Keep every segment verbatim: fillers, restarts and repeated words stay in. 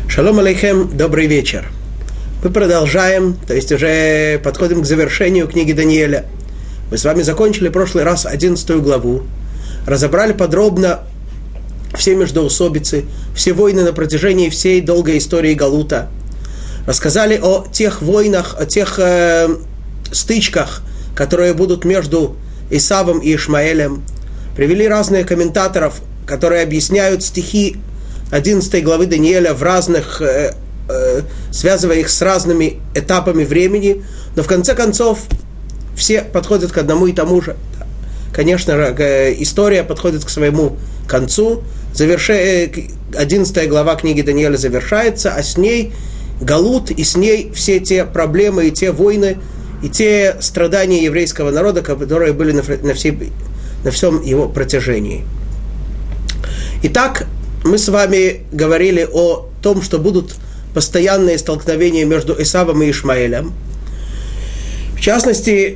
Шалом алейхем, добрый вечер. Мы продолжаем, то есть уже подходим к завершению книги Даниэля. Мы с вами закончили в прошлый раз одиннадцатую главу, разобрали подробно все междоусобицы, все войны на протяжении всей долгой истории Галута, рассказали о тех войнах, о тех э, стычках, которые будут между Исавом и Ишмаэлем, привели разные комментаторов, которые объясняют стихи одиннадцатой главы Даниэля в разных, э, э, связывая их с разными этапами времени, но в конце концов все подходят к одному и тому же. Конечно, э, история подходит к своему концу, заверш... одиннадцатая глава книги Даниэля завершается, а с ней Галут, и с ней все те проблемы, и те войны, и те страдания еврейского народа, которые были на, на, всей, на всем его протяжении. Итак, мы с вами говорили о том, что будут постоянные столкновения между Исавом и Ишмаэлем. В частности,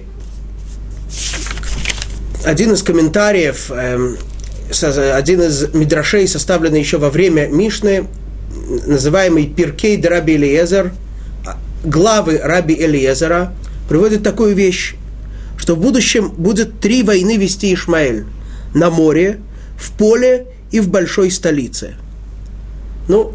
один из комментариев, один из мидрашей, составленный еще во время Мишны, называемый Пиркей де Раби Элиезер, главы Раби Элиезера, приводит такую вещь, что в будущем будет три войны вести Ишмаэль: на море, в поле и в большой столице. Ну,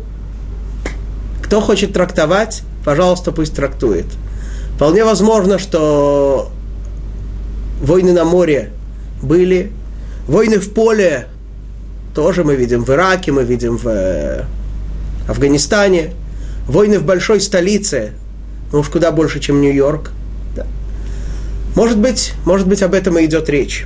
кто хочет трактовать, пожалуйста, пусть трактует. Вполне возможно, что войны на море были, войны в поле тоже мы видим в Ираке, мы видим в Афганистане, войны в большой столице, ну уж куда больше, чем Нью-Йорк. Да. Может быть, может быть, об этом и идет речь.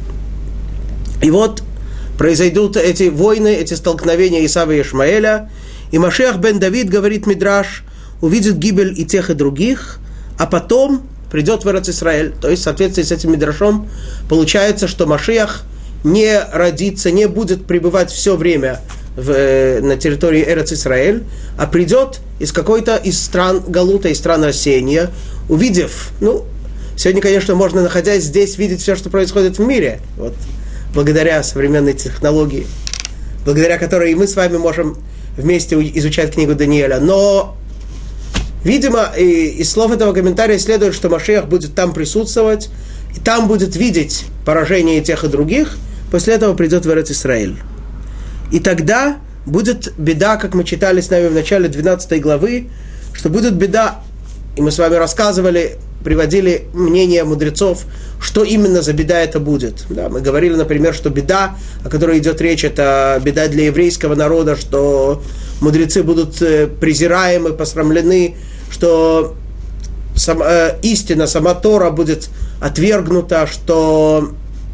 И вот произойдут эти войны, эти столкновения Исава и Ишмаэля, и Машиах бен Давид, говорит Мидраш, увидит гибель и тех, и других, а потом придет в Эрец-Исраэль. То есть в соответствии с этим Мидрашом получается, что Машиах не родится, не будет пребывать все время в, на территории Эрец-Исраэль, а придет из какой-то из стран Галута, из стран рассеяния, увидев, ну, сегодня, конечно, можно, находясь здесь, видеть все, что происходит в мире, вот, благодаря современной технологии, благодаря которой мы с вами можем вместе изучать книгу Даниэля. Но, видимо, из слов этого комментария следует, что Машиах будет там присутствовать, и там будет видеть поражение тех и других, после этого придет в Эрец-Исраэль. И тогда будет беда, как мы читали с нами в начале двенадцатой главы, что будет беда, и мы с вами рассказывали, приводили мнение мудрецов, что именно за беда это будет. Да, мы говорили, например, что беда, о которой идет речь, это беда для еврейского народа, что мудрецы будут презираемы, посрамлены, что сам, э, истина, сама Тора будет отвергнута, что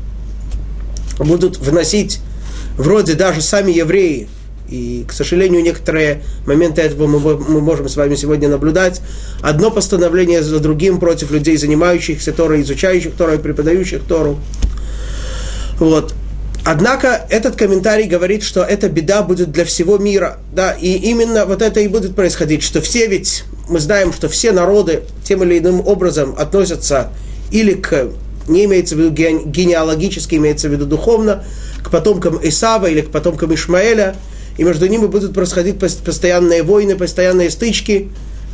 будут вносить вроде даже сами евреи. И, к сожалению, некоторые моменты этого мы, мы можем с вами сегодня наблюдать. Одно постановление за другим против людей, занимающихся Торой, изучающих Тору и преподающих Тору. Вот. Однако этот комментарий говорит, что эта беда будет для всего мира. Да? И именно вот это и будет происходить, что все ведь, мы знаем, что все народы тем или иным образом относятся или к, не имеется в виду генеалогически, имеется в виду духовно, к потомкам Исава или к потомкам Ишмаэля, и между ними будут происходить постоянные войны, постоянные стычки.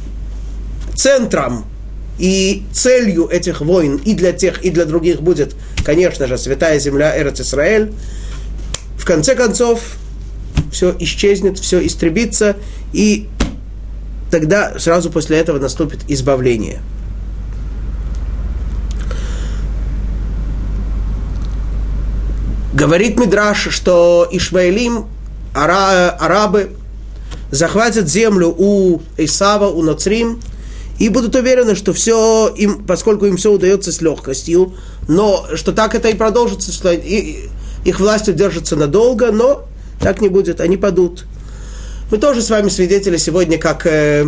Центром и целью этих войн и для тех, и для других будет, конечно же, святая земля Эрец-Исраэль. В конце концов, все исчезнет, все истребится, и тогда сразу после этого наступит избавление. Говорит Мидраш, что Ишмаэлим, ара, арабы, захватят землю у Исава, у Ноцрим, и будут уверены, что все им, поскольку им все удается с легкостью, но что так это и продолжится, что и, их власть удержится надолго, но так не будет, они падут. Мы тоже с вами свидетели сегодня, как э,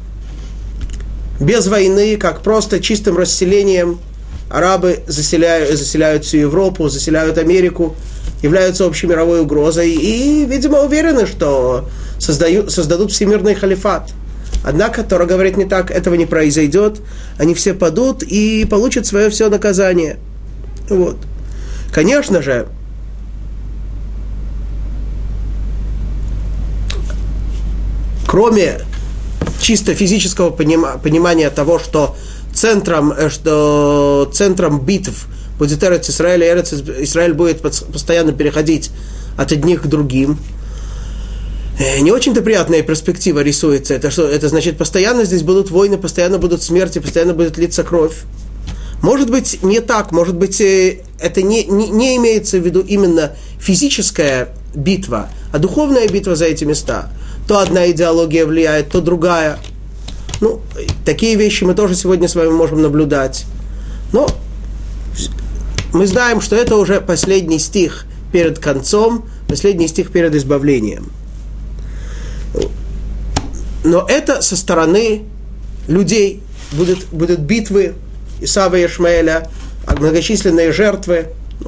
без войны, как просто чистым расселением арабы заселяют, заселяют всю Европу, заселяют Америку, являются общемировой угрозой и, видимо, уверены, что создают, создадут всемирный халифат. Однако Тора говорит не так, этого не произойдет, они все падут и получат свое все наказание. Вот. Конечно же, кроме чисто физического понимания того, что центром, что центром битв будет Эрец Исраэль, и Эрец Исраэль будет постоянно переходить от одних к другим. Не очень-то приятная перспектива рисуется. Это, что, это значит, постоянно здесь будут войны, постоянно будут смерти, постоянно будет литься кровь. Может быть, не так, может быть, это не, не, не имеется в виду именно физическая битва, а духовная битва за эти места. То одна идеология влияет, то другая. Ну, такие вещи мы тоже сегодня с вами можем наблюдать. Но мы знаем, что это уже последний стих перед концом, последний стих перед избавлением. Но это со стороны людей. Будут, будут битвы Исава и Ишмаэля, многочисленные жертвы.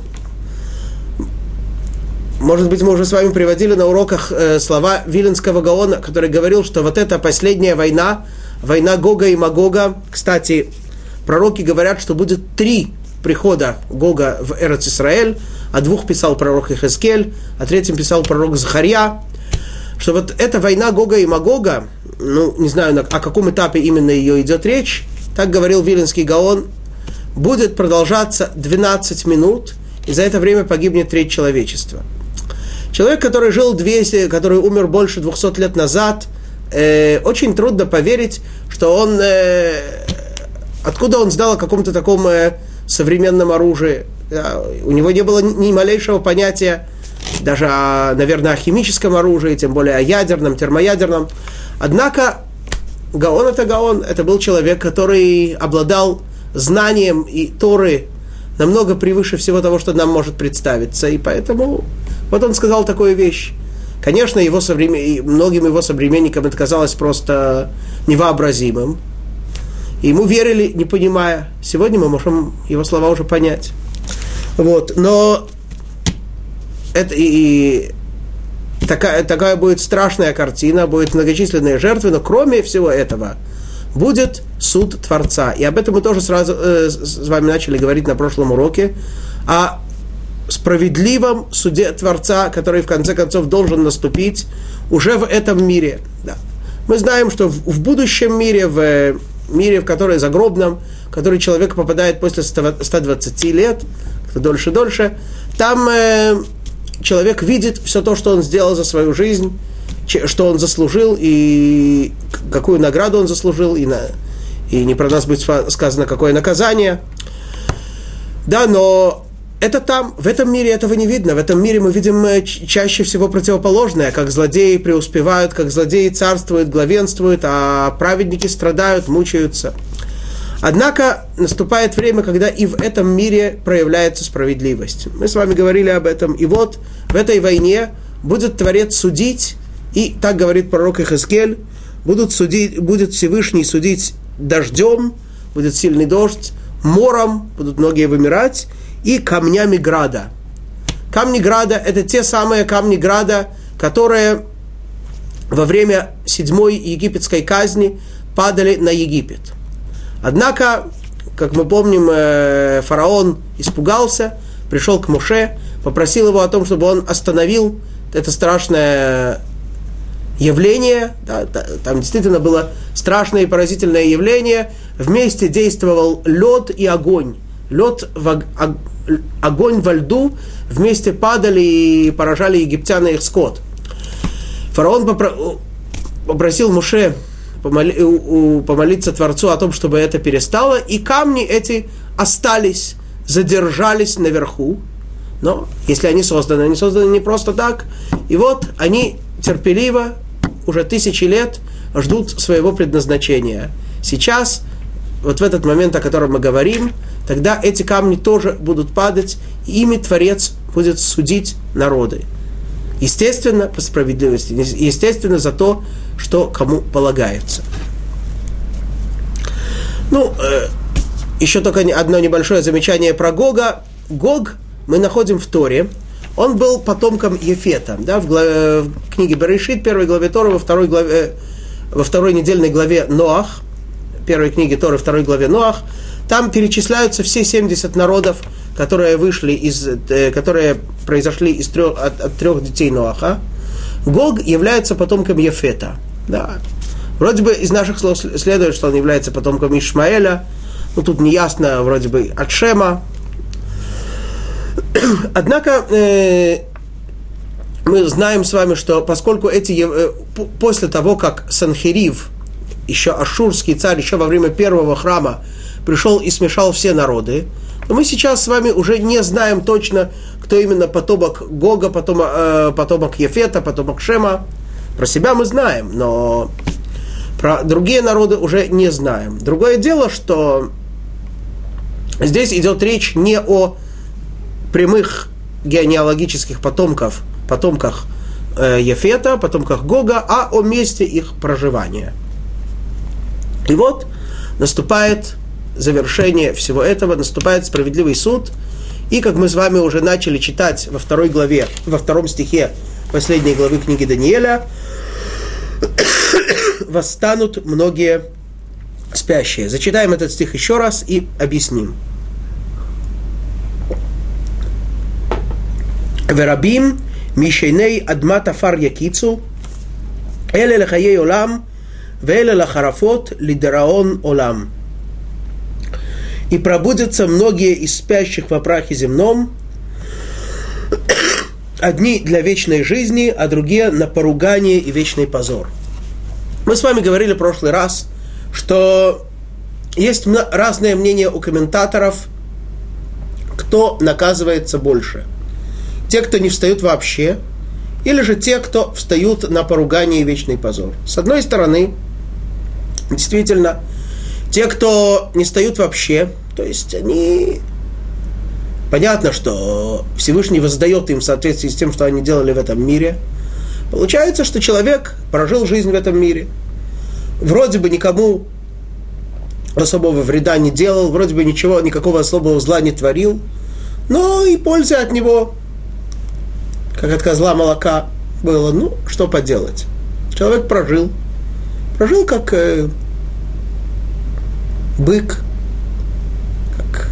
Может быть, мы уже с вами приводили на уроках э, слова Виленского Гаона, который говорил, что вот эта последняя война, война Гога и Магога. Кстати, пророки говорят, что будет три прихода Гога в Эрец Исраэль. О двух писал пророк Ихескель, о третьем писал пророк Захарья. Что вот эта война Гога и Магога, ну, не знаю, на, о каком этапе именно ее идет речь, так говорил Виленский Гаон, будет продолжаться двенадцать минут, и за это время погибнет треть человечества. Человек, который жил двести, который умер больше двухсот лет назад, э, очень трудно поверить, что он, э, откуда он знал о каком-то таком э, современном оружии. Да, у него не было ни, ни малейшего понятия, даже, о, наверное, о химическом оружии, тем более о ядерном, термоядерном. Однако Гаон это Гаон, это был человек, который обладал знанием и Торы намного превыше всего того, что нам может представиться. И поэтому вот он сказал такую вещь. Конечно, его современ... многим его современникам это казалось просто невообразимым. И ему верили, не понимая. Сегодня мы можем его слова уже понять. Вот. Но это и, и такая, такая будет страшная картина, будут многочисленные жертвы, но кроме всего этого будет суд Творца. И об этом мы тоже сразу э, с вами начали говорить на прошлом уроке, о справедливом суде Творца, который в конце концов должен наступить уже в этом мире. Да. Мы знаем, что в, в будущем мире, в мире, в который загробном, в который человек попадает после ста двадцати лет, дольше-дольше, там э, человек видит все то, что он сделал за свою жизнь, что он заслужил, и какую награду он заслужил, и, на, и не про нас будет сказано, какое наказание. Да, но это там, в этом мире этого не видно. В этом мире мы видим чаще всего противоположное, как злодеи преуспевают, как злодеи царствуют, главенствуют, а праведники страдают, мучаются. Однако наступает время, когда и в этом мире проявляется справедливость. Мы с вами говорили об этом. И вот в этой войне будет Творец судить, и так говорит пророк Ихескель, будут судить, будет Всевышний судить дождем, будет сильный дождь, мором, будут многие вымирать, и камнями града. Камни града – это те самые камни града, которые во время седьмой египетской казни падали на Египет. Однако, как мы помним, фараон испугался, пришел к Моше, попросил его о том, чтобы он остановил это страшное явление. Да, там действительно было страшное и поразительное явление. Вместе действовал лед и огонь. Лед, в, огонь во льду вместе падали и поражали египтян и их скот. Фараон попро- попросил Моше помоли, помолиться Творцу о том, чтобы это перестало, и камни эти остались, задержались наверху. Но если они созданы, они созданы не просто так. И вот они терпеливо, уже тысячи лет, ждут своего предназначения. Сейчас, вот в этот момент, о котором мы говорим, тогда эти камни тоже будут падать, и ими Творец будет судить народы. Естественно, по справедливости, естественно, за то, что кому полагается. Ну, э, еще только одно небольшое замечание про Гога. Гог мы находим в Торе. Он был потомком Ефета. Да, в, главе, в книге Берешит, первой главе Торы, во второй, главе, во второй недельной главе Ноах, первой книге Торы, второй главе Ноах, там перечисляются все семьдесят народов, которые вышли из, э, которые произошли из трех, от, от трех детей Ноаха. Гог является потомком Ефета. Да. Вроде бы из наших слов следует, что он является потомком Ишмаэля. Ну, тут неясно, вроде бы, от Шема. Однако, э, мы знаем с вами, что поскольку эти, э, после того, как Санхерив, еще ашурский царь, еще во время первого храма, пришел и смешал все народы, то мы сейчас с вами уже не знаем точно, кто именно потомок Гога, потомок, э, потомок Ефета, потомок Шема. Про себя мы знаем, но про другие народы уже не знаем. Другое дело, что здесь идет речь не о прямых генеалогических потомков, потомках э, Ефета, потомках Гога, а о месте их проживания. И вот наступает завершение всего этого, наступает справедливый суд, и как мы с вами уже начали читать во второй главе, во втором стихе последней главы книги Даниэля, восстанут многие спящие. Зачитаем этот стих еще раз и объясним. Верабим мишейней адмат афар якицу эле лехаей олам вэле лахарафот лидераон олам. И пробудятся многие из спящих во прахе земном, одни для вечной жизни, а другие на поругание и вечный позор. Мы с вами говорили в прошлый раз, что есть разные мнения у комментаторов, кто наказывается больше. Те, кто не встают вообще, или же те, кто встают на поругание и вечный позор. С одной стороны, действительно, те, кто не встают вообще, то есть они... Понятно, что Всевышний воздает им в соответствии с тем, что они делали в этом мире. Получается, что человек прожил жизнь в этом мире. Вроде бы никому особого вреда не делал, вроде бы ничего, никакого особого зла не творил, но и пользы от него, как от козла молока, было. Ну, что поделать. Человек прожил. Прожил как э, бык, как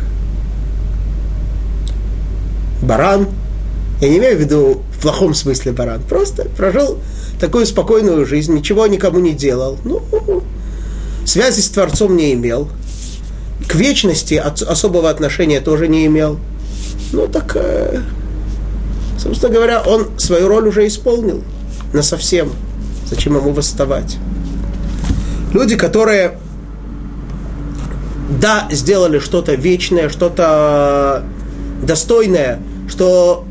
баран. Я не имею в виду в плохом смысле баран. Просто прожил такую спокойную жизнь, ничего никому не делал. Ну, связи с Творцом не имел. К вечности особого отношения тоже не имел. Ну, так, э, собственно говоря, он свою роль уже исполнил насовсем. Зачем ему восставать? Люди, которые, да, сделали что-то вечное, что-то достойное, что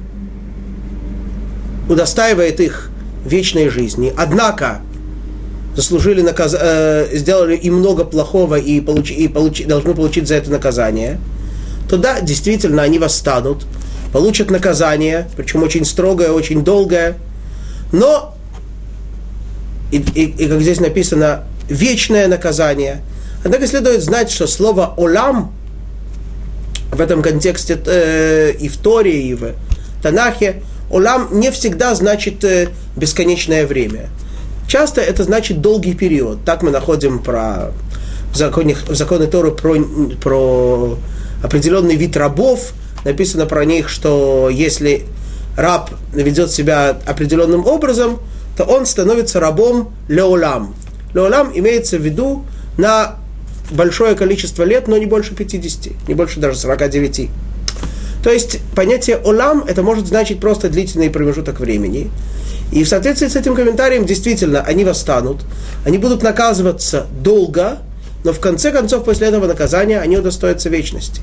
удостаивает их вечной жизни, однако заслужили наказ... э, сделали и много плохого и, получ... и получ... должны получить за это наказание, то да, действительно, они восстанут, получат наказание, причем очень строгое, очень долгое, но, и, и, и как здесь написано, вечное наказание. Однако следует знать, что слово «олам» в этом контексте э, и в Торе, и в Танахе, «олам» не всегда значит э, бесконечное время. Часто это значит долгий период. Так мы находим про, в, законе, в законе Торы про, про определенный вид рабов. Написано про них, что если раб ведет себя определенным образом, то он становится рабом леолам. Леолам имеется в виду на большое количество лет, но не больше пятидесяти, не больше даже сорока девяти. То есть понятие олам это может значить просто длительный промежуток времени. И в соответствии с этим комментарием действительно они восстанут, они будут наказываться долго, но в конце концов после этого наказания они удостоятся вечности.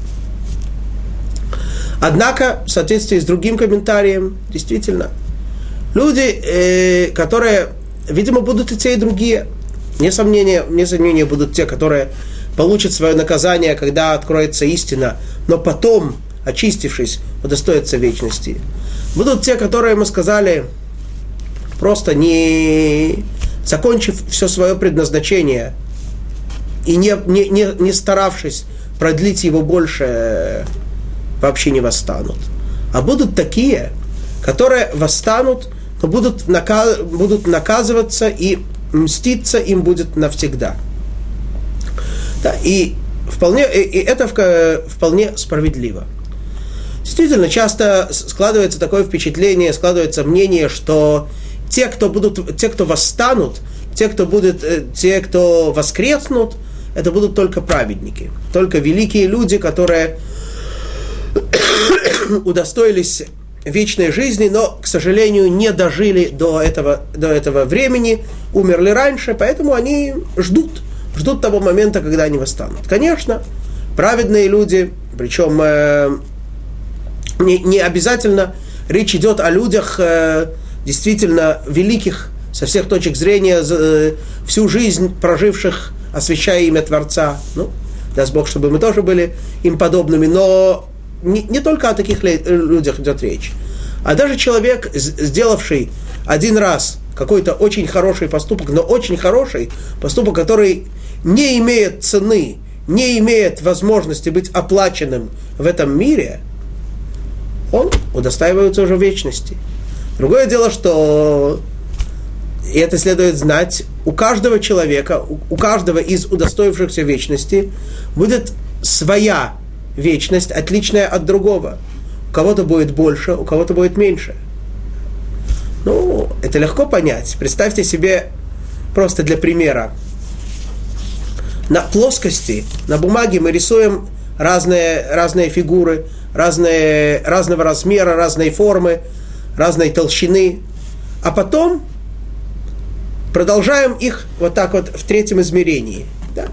Однако, в соответствии с другим комментарием, действительно, люди, э, которые, видимо, будут и те, и другие, вне сомнения, вне сомнения будут те, которые получат свое наказание, когда откроется истина, но потом, очистившись, удостоятся вечности. Будут те, которые, мы сказали, просто не закончив все свое предназначение и не, не, не, не старавшись продлить его больше, вообще не восстанут. А будут такие, которые восстанут, но будут, наказ, будут наказываться, и мститься им будет навсегда. Да, и, вполне, и это вполне справедливо. Действительно, часто складывается такое впечатление, складывается мнение, что те, кто будут, те, кто восстанут, те, кто будут, те, кто воскреснут, это будут только праведники, только великие люди, которые удостоились вечной жизни, но, к сожалению, не дожили до этого, до этого времени, умерли раньше, поэтому они ждут, ждут того момента, когда они восстанут. Конечно, праведные люди, причем э, не, не обязательно речь идет о людях э, действительно великих со всех точек зрения, э, всю жизнь проживших, освящая имя Творца. Ну, даст Бог, чтобы мы тоже были им подобными, но не, не только о таких людях идет речь, а даже человек, сделавший один раз какой-то очень хороший поступок, но очень хороший поступок, который не имеет цены, не имеет возможности быть оплаченным в этом мире, он удостаивается уже вечности. Другое дело, что, и это следует знать, у каждого человека, у каждого из удостоившихся вечности будет своя вечность, отличная от другого. У кого-то будет больше, у кого-то будет меньше. Ну, это легко понять. Представьте себе, просто для примера, на плоскости, на бумаге мы рисуем разные, разные фигуры, разные, разного размера, разной формы, разной толщины, а потом продолжаем их вот так вот в третьем измерении. Да?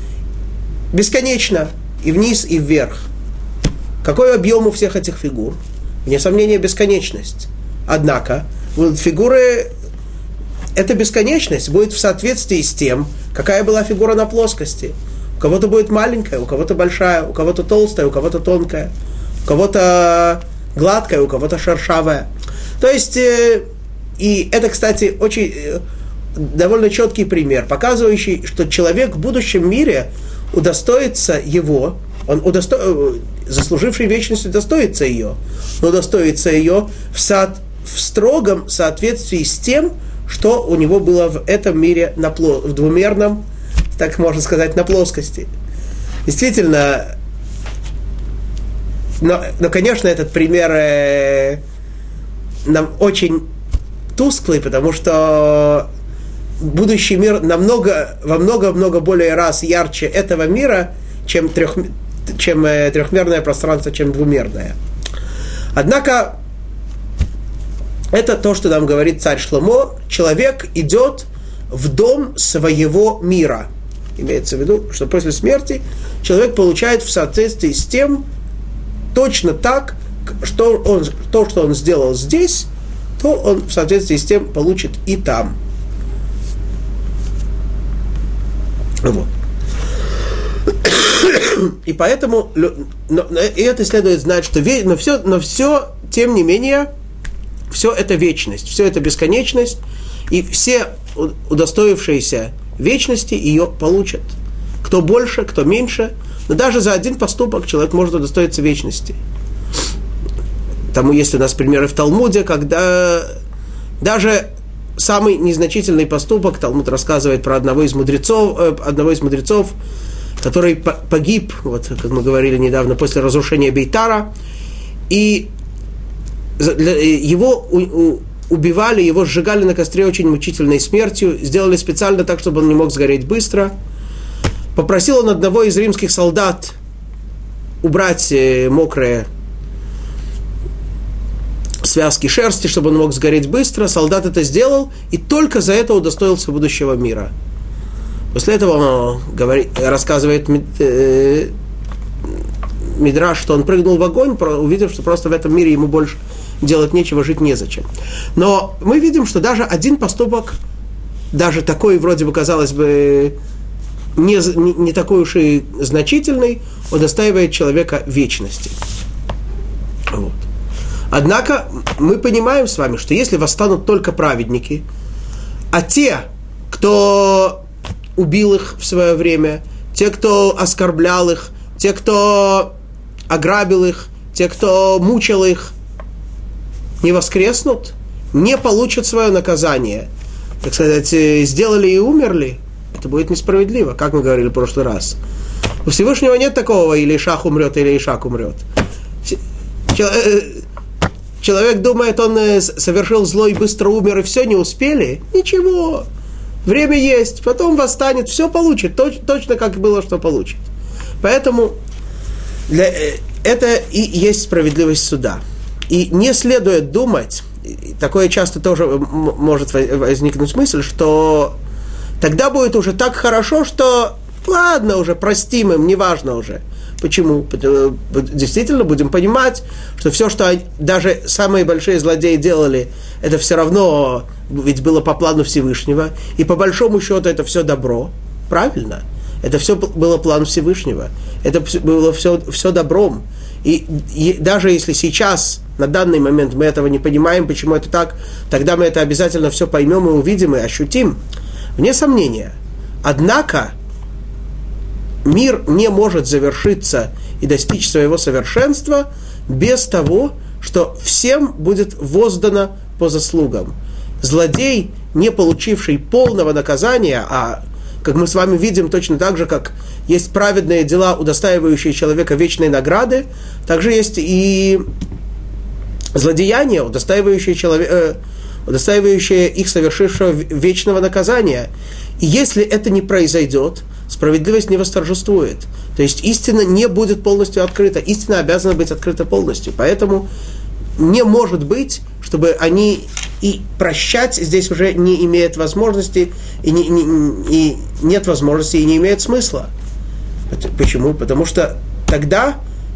Бесконечно. И вниз, и вверх. Какой объем у всех этих фигур? Вне сомнения, бесконечность. Однако, фигуры, эта бесконечность будет в соответствии с тем, какая была фигура на плоскости. У кого-то будет маленькая, у кого-то большая, у кого-то толстая, у кого-то тонкая, у кого-то гладкая, у кого-то шершавая. То есть, и это, кстати, очень довольно четкий пример, показывающий, что человек в будущем мире удостоится его, он удосто... заслуживший вечность удостоится ее, но удостоится ее в, со... в строгом соответствии с тем, что у него было в этом мире на пло... в двумерном, так можно сказать, на плоскости. Действительно, но, но конечно, этот пример э... нам очень тусклый, потому что будущий мир намного, во много-много более раз ярче этого мира, чем, трех, чем э, трехмерное пространство, чем двумерное. Однако, это то, что нам говорит царь Шломо. Человек идет в дом своего мира. Имеется в виду, что после смерти человек получает в соответствии с тем, точно так, что он, то, что он сделал здесь, то он в соответствии с тем получит и там. Вот. И поэтому, но, и это следует знать, что но все, но все, тем не менее, все это вечность, все это бесконечность, и все удостоившиеся вечности ее получат. Кто больше, кто меньше, но даже за один поступок человек может удостоиться вечности. Тому есть у нас примеры в Талмуде, когда даже самый незначительный поступок, Талмуд рассказывает про одного из мудрецов, одного из мудрецов, который погиб, вот, как мы говорили недавно, после разрушения Бейтара, и его убивали, его сжигали на костре очень мучительной смертью, сделали специально так, чтобы он не мог сгореть быстро. Попросил он одного из римских солдат убрать мокрые связки шерсти, чтобы он мог сгореть быстро. Солдат это сделал, и только за это удостоился будущего мира. После этого он говорит, рассказывает э, Мидраш, что он прыгнул в огонь, увидев, что просто в этом мире ему больше делать нечего, жить незачем. Но мы видим, что даже один поступок, даже такой, вроде бы, казалось бы, не, не, не такой уж и значительный, удостаивает человека вечности. Вот. Однако мы понимаем с вами, что если восстанут только праведники, а те, кто убил их в свое время, те, кто оскорблял их, те, кто ограбил их, те, кто мучил их, не воскреснут, не получат свое наказание, так сказать, сделали и умерли, это будет несправедливо, как мы говорили в прошлый раз. У Всевышнего нет такого, или Ишах умрет, или Ишак умрет. Человек думает, он совершил зло и быстро умер, и все, не успели. Ничего. Время есть, потом восстанет, все получит, точ, точно как было, что получит. Поэтому для, это и есть справедливость суда. И не следует думать, такое часто тоже может возникнуть мысль, что тогда будет уже так хорошо, что ладно уже, простим им, неважно уже. Почему? Действительно будем понимать, что все, что они, даже самые большие злодеи делали, это все равно ведь было по плану Всевышнего, и по большому счету это все добро, правильно? Это все было план Всевышнего, это было все, все добром. И, и даже если сейчас, на данный момент, мы этого не понимаем, почему это так, тогда мы это обязательно все поймем и увидим, и ощутим. Вне сомнения. Однако мир не может завершиться и достичь своего совершенства без того, что всем будет воздано по заслугам. Злодей, не получивший полного наказания, а, как мы с вами видим, точно так же, как есть праведные дела, удостаивающие человека вечной награды, также есть и злодеяния, удостаивающие, человек, э, удостаивающие их совершившего вечного наказания. И если это не произойдет, справедливость не восторжествует. То есть истина не будет полностью открыта. Истина обязана быть открыта полностью. Поэтому не может быть, чтобы они и прощать здесь уже не имеет возможности, и, не, не, и нет возможности, и не имеет смысла. Почему? Потому что тогда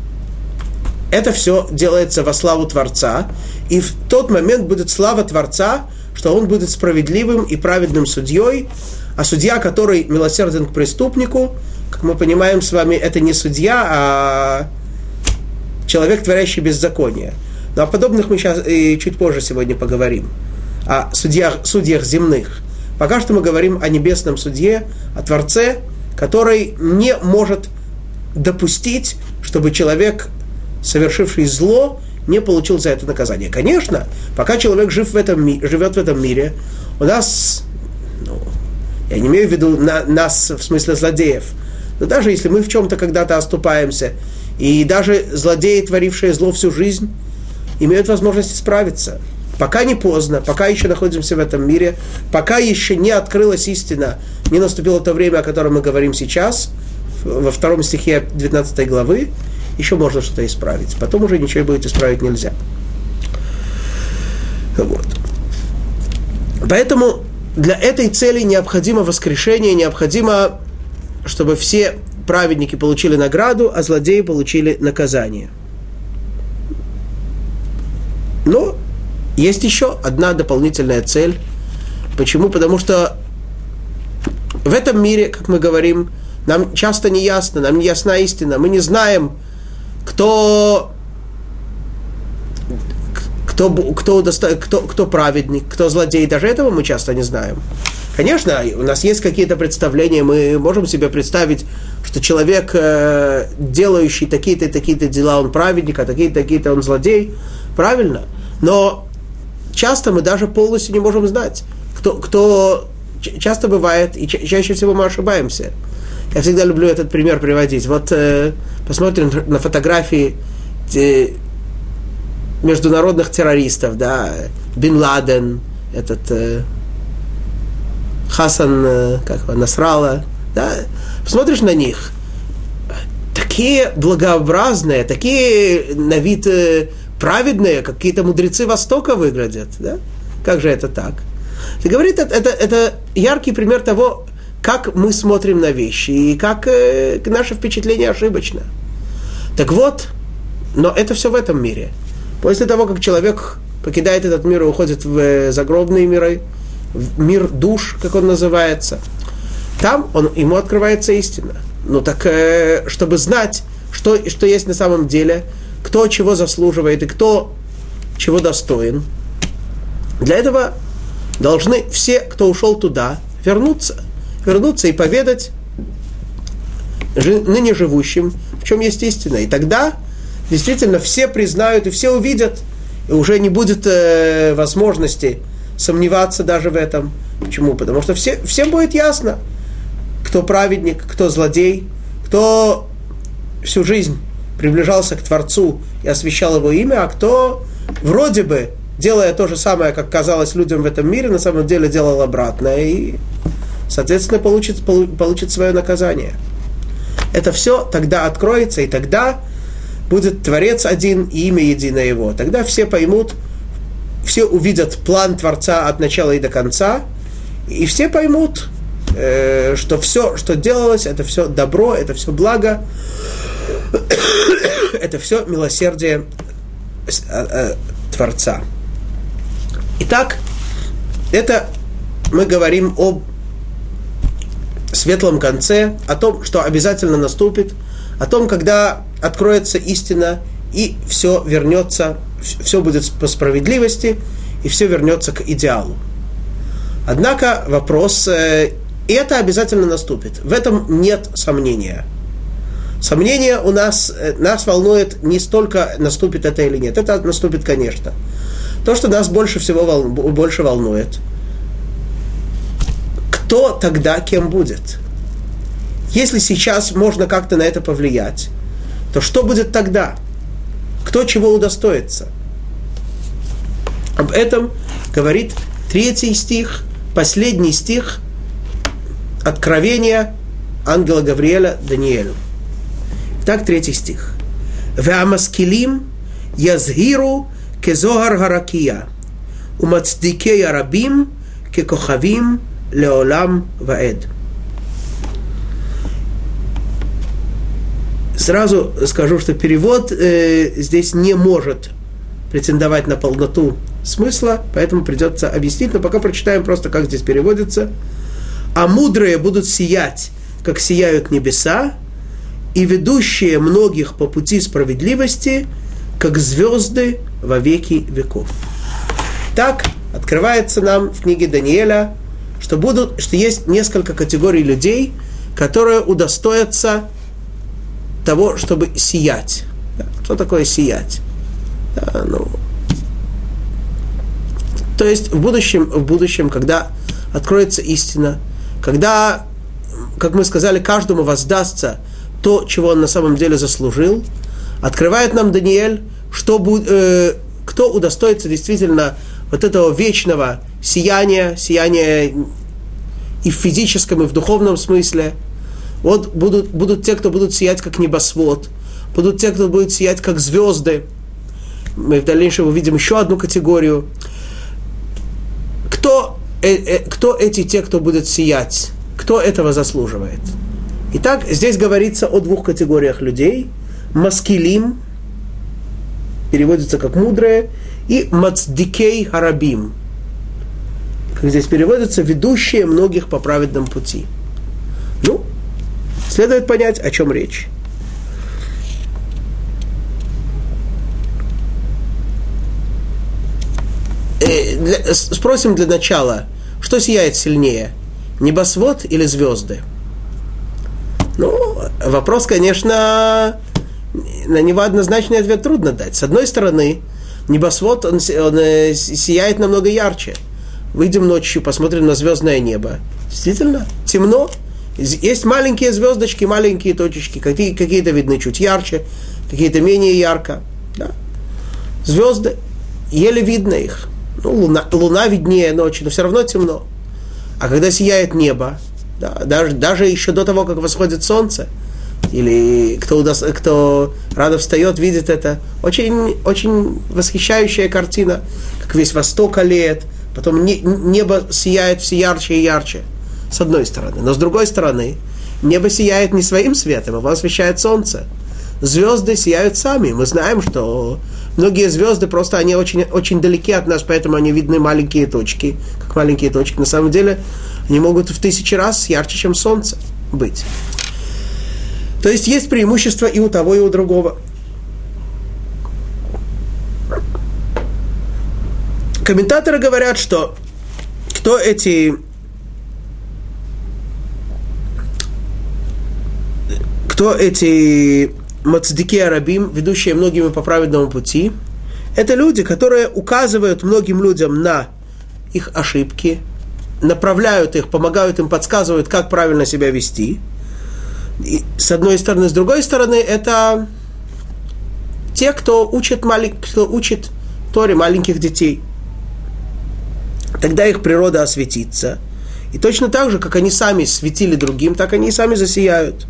это все делается во славу Творца, и в тот момент будет слава Творца, что он будет справедливым и праведным судьей, а судья, который милосерден к преступнику, как мы понимаем с вами, это не судья, а человек, творящий беззаконие. Но о подобных мы сейчас и чуть позже сегодня поговорим. О судьях, судьях земных. Пока что мы говорим о небесном судье, о Творце, который не может допустить, чтобы человек, совершивший зло, не получил за это наказание. Конечно, пока человек жив в этом, живет в этом мире, у нас, ну, я не имею в виду на, нас в смысле злодеев, но даже если мы в чем-то когда-то оступаемся, и даже злодеи, творившие зло всю жизнь, имеют возможность исправиться. Пока не поздно, пока еще находимся в этом мире, пока еще не открылась истина, не наступило то время, о котором мы говорим сейчас, во втором стихе двенадцатой главы, еще можно что-то исправить. Потом уже ничего будет исправить нельзя. Вот. Поэтому для этой цели необходимо воскрешение, необходимо, чтобы все праведники получили награду, а злодеи получили наказание. Но есть еще одна дополнительная цель. Почему? Потому что в этом мире, как мы говорим, нам часто не ясно, нам не ясна истина. Мы не знаем, кто, кто, кто, кто, кто праведник, кто злодей. Даже этого мы часто не знаем. Конечно, у нас есть какие-то представления, мы можем себе представить, что человек, делающий такие-то и такие-то дела, он праведник, а такие-то и такие-то он злодей. Правильно? Но часто мы даже полностью не можем знать, кто, кто часто бывает, и ча- чаще всего мы ошибаемся. Я всегда люблю этот пример приводить. Вот э, посмотрим на фотографии те, международных террористов, да, Бин Ладен, этот э, Хасан, э, как его, Насралла, да, посмотришь на них, такие благообразные, такие на вид э, праведные, какие-то мудрецы Востока выглядят, да? Как же это так? Это говорит, это, это, это яркий пример того, как мы смотрим на вещи и как э, наше впечатление ошибочно. Так вот, но это все в этом мире. После того, как человек покидает этот мир и уходит в загробные миры, в мир душ, как он называется, там он, ему открывается истина. Ну так, э, чтобы знать, что, что есть на самом деле, кто чего заслуживает и кто чего достоин, для этого должны все, кто ушел туда, вернуться. Вернуться и поведать ныне живущим, в чем есть истина. И тогда действительно все признают и все увидят, и уже не будет э, возможности сомневаться даже в этом. Почему? Потому что все, всем будет ясно, кто праведник, кто злодей, кто всю жизнь приближался к Творцу и освящал его имя, а кто вроде бы, делая то же самое, как казалось людям в этом мире, на самом деле делал обратное. И соответственно, получит, получит свое наказание. Это все тогда откроется, и тогда будет Творец один и имя единое его. Тогда все поймут, все увидят план Творца от начала и до конца, и все поймут, э, что все, что делалось, это все добро, это все благо, это все милосердие э, э, Творца. Итак, это мы говорим об светлом конце, о том, что обязательно наступит, о том, когда откроется истина, и все вернется, все будет по справедливости, и все вернется к идеалу. Однако вопрос, и это обязательно наступит. В этом нет сомнения. Сомнение у нас, нас волнует не столько, наступит это или нет. Это наступит, конечно. То, что нас больше всего вол, больше волнует, кто тогда кем будет? Если сейчас можно как-то на это повлиять, то что будет тогда? Кто чего удостоится? Об этом говорит третий стих, последний стих Откровения ангела Гавриэля Даниэлю. Итак, третий стих. «Веамаскилим язгиру кезогар гаракия, умацдикей арабим кекохавим леолам ваэд». Сразу скажу, что перевод э, здесь не может претендовать на полноту смысла, поэтому придется объяснить, но пока прочитаем просто, как здесь переводится. «А мудрые будут сиять, как сияют небеса, и ведущие многих по пути справедливости, как звезды во веки веков». Так открывается нам в книге Даниэля, что, будут, что есть несколько категорий людей, которые удостоятся того, чтобы сиять. Что такое сиять? Да, ну, то есть в будущем, в будущем, когда откроется истина, когда, как мы сказали, каждому воздастся то, чего он на самом деле заслужил, открывает нам Даниэль, что будет, э, кто удостоится действительно вот этого вечного сияния, сияния и в физическом, и в духовном смысле. Вот будут, будут те, кто будут сиять как небосвод, будут те, кто будет сиять как звезды. Мы в дальнейшем увидим еще одну категорию. Кто, э, э, кто эти те, кто будет сиять? Кто этого заслуживает? Итак, здесь говорится о двух категориях людей. Маскилим, переводится как мудрые, и мацдикей харабим, как здесь переводится, ведущие многих по праведному пути. Ну, следует понять, о чем речь. Э, для, спросим для начала, что сияет сильнее, небосвод или звезды? Ну, вопрос, конечно, на него однозначный ответ трудно дать. С одной стороны, небосвод, он, он сияет намного ярче. Выйдем ночью, посмотрим на звездное небо. Действительно, темно. Есть маленькие звездочки, маленькие точечки. Какие, какие-то видны чуть ярче, какие-то менее ярко. Да. Звезды, еле видно их. Ну, луна, луна виднее ночью, но все равно темно. А когда сияет небо, да, даже, даже еще до того, как восходит солнце, или кто, удос... кто рано встает, видит это, очень, очень восхищающая картина, как весь восток олеет, потом не... небо сияет все ярче и ярче, с одной стороны. Но с другой стороны, небо сияет не своим светом, его освещает солнце. Звезды сияют сами. Мы знаем, что многие звезды просто они очень, очень далеки от нас, поэтому они видны маленькие точки, как маленькие точки. На самом деле они могут в тысячи раз ярче, чем солнце быть. То есть есть преимущество и у того, и у другого. Комментаторы говорят, что кто эти кто эти мацдики арабим, ведущие многими по праведному пути, это люди, которые указывают многим людям на их ошибки, направляют их, помогают им, подсказывают, как правильно себя вести. И, с одной стороны, с другой стороны, это те, кто учит, малень... кто учит Торе маленьких детей. Тогда их природа осветится, И точно так же, как они сами светили другим, так они и сами засияют.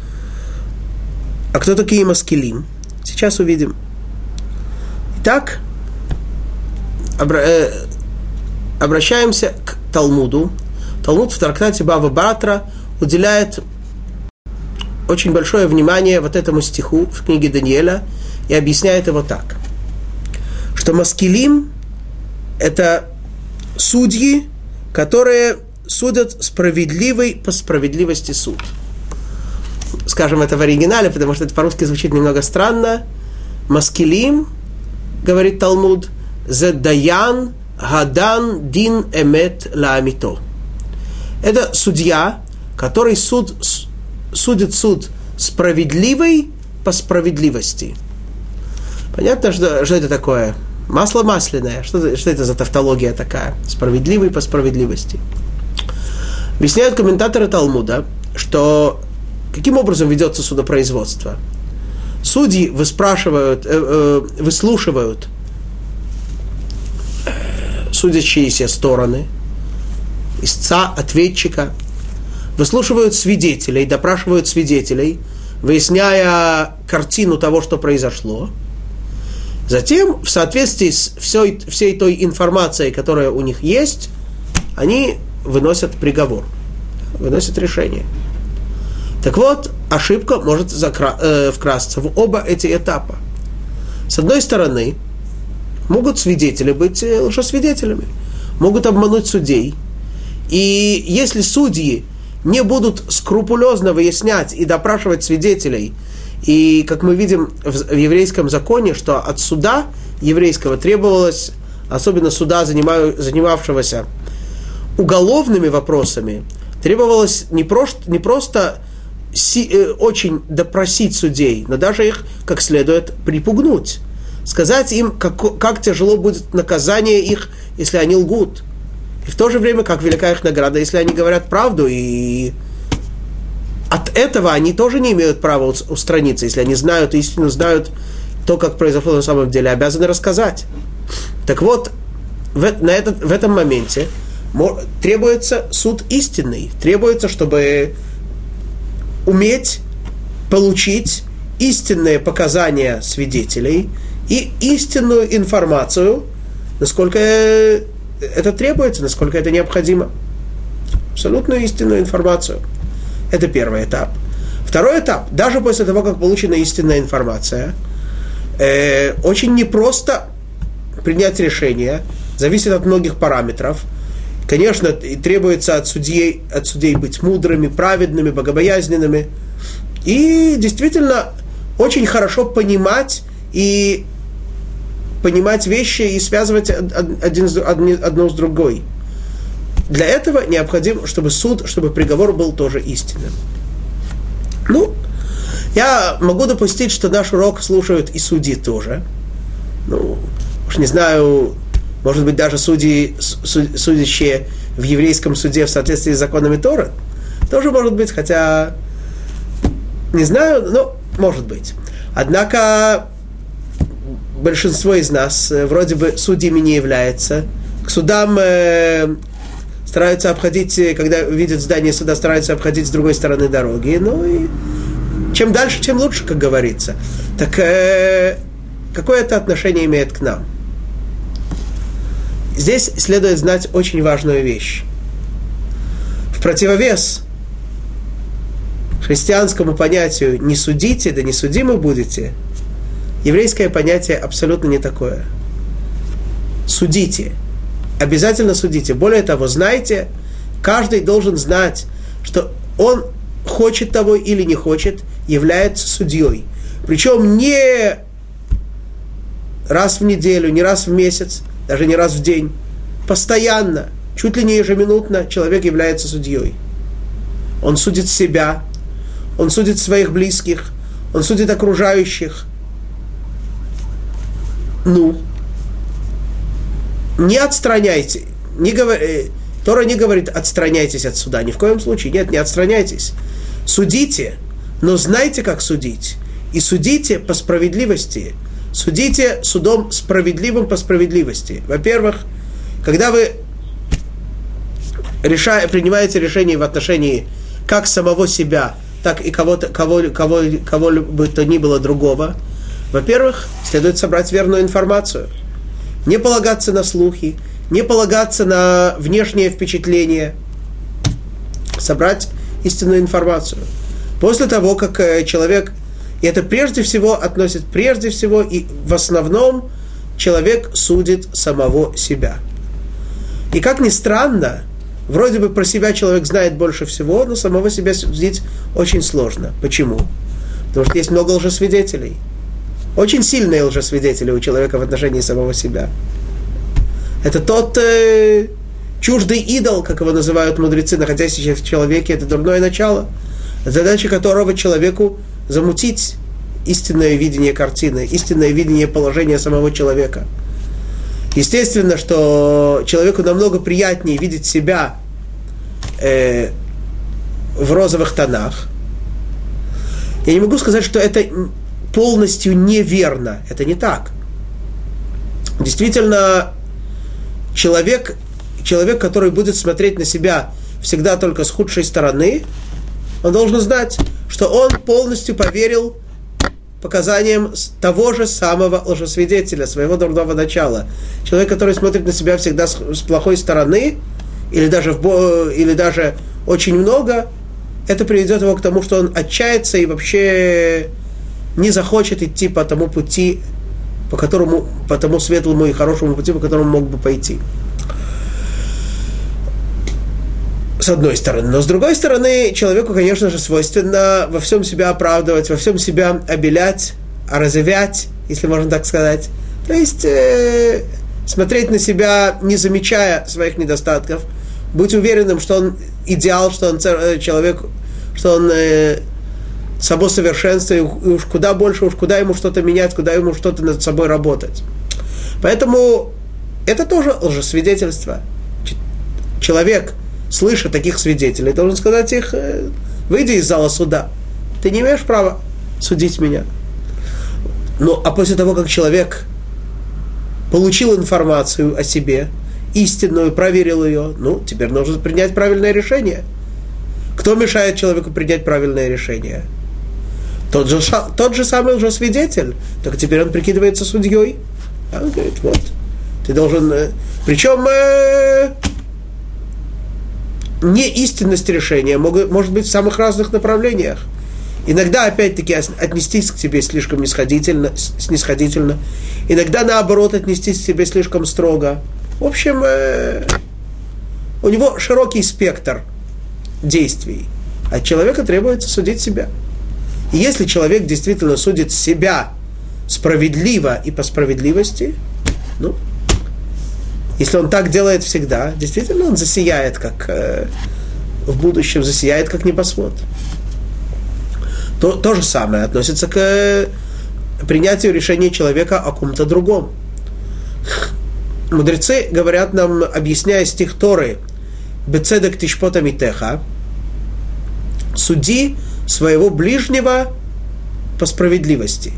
А кто такие маскилим? Сейчас увидим. Итак, обра- э, обращаемся к Талмуду. Талмуд в трактате Бава Батра уделяет очень большое внимание вот этому стиху в книге Даниэля и объясняет его так, что маскилим – это судьи, которые судят справедливый по справедливости суд. Скажем это в оригинале, потому что это по-русски звучит немного странно. Маскилим, говорит Талмуд, «зе даян гадан дин эмет лаамито». Это судья, который суд, судит суд справедливый по справедливости. Понятно, что, что это такое? Масло масляное. Что, что это за тавтология такая? Справедливый по справедливости. Объясняют комментаторы Талмуда, что каким образом ведется судопроизводство. Судьи выспрашивают, э, э, выслушивают судящиеся стороны, истца, ответчика, выслушивают свидетелей, допрашивают свидетелей, выясняя картину того, что произошло. Затем, в соответствии с всей, всей той информацией, которая у них есть, они выносят приговор, выносят решение. Так вот, ошибка может закра- э, вкрасться в оба эти этапа. С одной стороны, могут свидетели быть лжесвидетелями, могут обмануть судей. И если судьи не будут скрупулезно выяснять и допрашивать свидетелей, и, как мы видим в еврейском законе, что от суда еврейского требовалось, особенно суда, занимавшегося уголовными вопросами, требовалось не просто, не просто си, э, очень допросить судей, но даже их как следует припугнуть, сказать им, как, как тяжело будет наказание их, если они лгут. И в то же время, как велика их награда, если они говорят правду, и от этого они тоже не имеют права устраниться, если они знают истину, знают то, как произошло на самом деле, обязаны рассказать. Так вот, в, на этот, в этом моменте требуется суд истинный, требуется, чтобы уметь получить истинные показания свидетелей и истинную информацию, насколько это требуется, насколько это необходимо. Абсолютную истинную информацию. Это первый этап. Второй этап. Даже после того, как получена истинная информация, э, очень непросто принять решение. Зависит от многих параметров. Конечно, и требуется от судей, от судей быть мудрыми, праведными, богобоязненными. И действительно очень хорошо понимать и понимать вещи и связывать один, одно с другой. Для этого необходимо, чтобы суд, чтобы приговор был тоже истинным. Ну, я могу допустить, что наш урок слушают и судьи тоже. Ну, уж не знаю, может быть, даже судьи, судящие в еврейском суде в соответствии с законами Торы, тоже может быть, хотя не знаю, но может быть. Однако большинство из нас вроде бы судьями не является. К судам э, стараются обходить, когда видят здание суда, стараются обходить с другой стороны дороги. Ну и чем дальше, тем лучше, как говорится. Так э, какое это отношение имеет к нам? Здесь следует знать очень важную вещь. В противовес христианскому понятию «не судите, да не судимы будете», еврейское понятие абсолютно не такое. Судите. Обязательно судите. Более того, знайте, каждый должен знать, что он хочет того или не хочет, является судьей. Причем не раз в неделю, не раз в месяц, даже не раз в день. Постоянно, чуть ли не ежеминутно человек является судьей. Он судит себя, он судит своих близких, он судит окружающих. Ну, не отстраняйте, не говори, Тора не говорит отстраняйтесь от суда, ни в коем случае, нет, не отстраняйтесь. Судите, но знайте, как судить, и судите по справедливости, судите судом справедливым по справедливости. Во-первых, когда вы решая, принимаете решение в отношении как самого себя, так и кого-то, кого, кого, кого бы то ни было другого, во-первых, следует собрать верную информацию. Не полагаться на слухи, не полагаться на внешнее впечатление. Собрать истинную информацию. После того, как человек, и это прежде всего относит, прежде всего и в основном, человек судит самого себя. И как ни странно, вроде бы про себя человек знает больше всего, но самого себя судить очень сложно. Почему? Потому что есть много лжесвидетелей. Очень сильные лжесвидетели у человека в отношении самого себя. Это тот э, чуждый идол, как его называют мудрецы, находящийся в человеке, это дурное начало, задача которого человеку замутить истинное видение картины, истинное видение положения самого человека. Естественно, что человеку намного приятнее видеть себя э, в розовых тонах. Я не могу сказать, что это полностью неверно. Это не так. Действительно, человек, человек, который будет смотреть на себя всегда только с худшей стороны, он должен знать, что он полностью поверил показаниям того же самого лжесвидетеля, своего дурного начала. Человек, который смотрит на себя всегда с, с плохой стороны, или даже, в, или даже очень много, это приведет его к тому, что он отчается и вообще не захочет идти по тому пути, по которому, по тому светлому и хорошему пути, по которому мог бы пойти. С одной стороны. Но с другой стороны, человеку, конечно же, свойственно во всем себя оправдывать, во всем себя обелять, разовять, если можно так сказать. То есть э, смотреть на себя, не замечая своих недостатков, быть уверенным, что он идеал, что он человек, что он э, само совершенство, и уж куда больше, уж куда ему что-то менять, куда ему что-то над собой работать. Поэтому это тоже лжесвидетельство. Человек, слыша таких свидетелей, должен сказать их: выйди из зала суда, ты не имеешь права судить меня. Ну, а после того, как человек получил информацию о себе, истинную, проверил ее, ну, теперь нужно принять правильное решение. Кто мешает человеку принять правильное решение? Тот же, тот же самый лжесвидетель, только теперь он прикидывается судьей. А он говорит: вот, ты должен... Причем... Э- неистинность решения может, может быть в самых разных направлениях. Иногда, опять-таки, отнестись к тебе слишком снисходительно, снисходительно. Иногда, наоборот, отнестись к тебе слишком строго. В общем, э, у него широкий спектр действий. От человека требуется судить себя. И если человек действительно судит себя справедливо и по справедливости, ну, если он так делает всегда, действительно он засияет, как э, в будущем засияет, как небосвод. То, то же самое относится к э, принятию решения человека о ком-то другом. Мудрецы говорят нам, объясняя стих Торы: «Бецедек тишпот амитеха», суди своего ближнего по справедливости.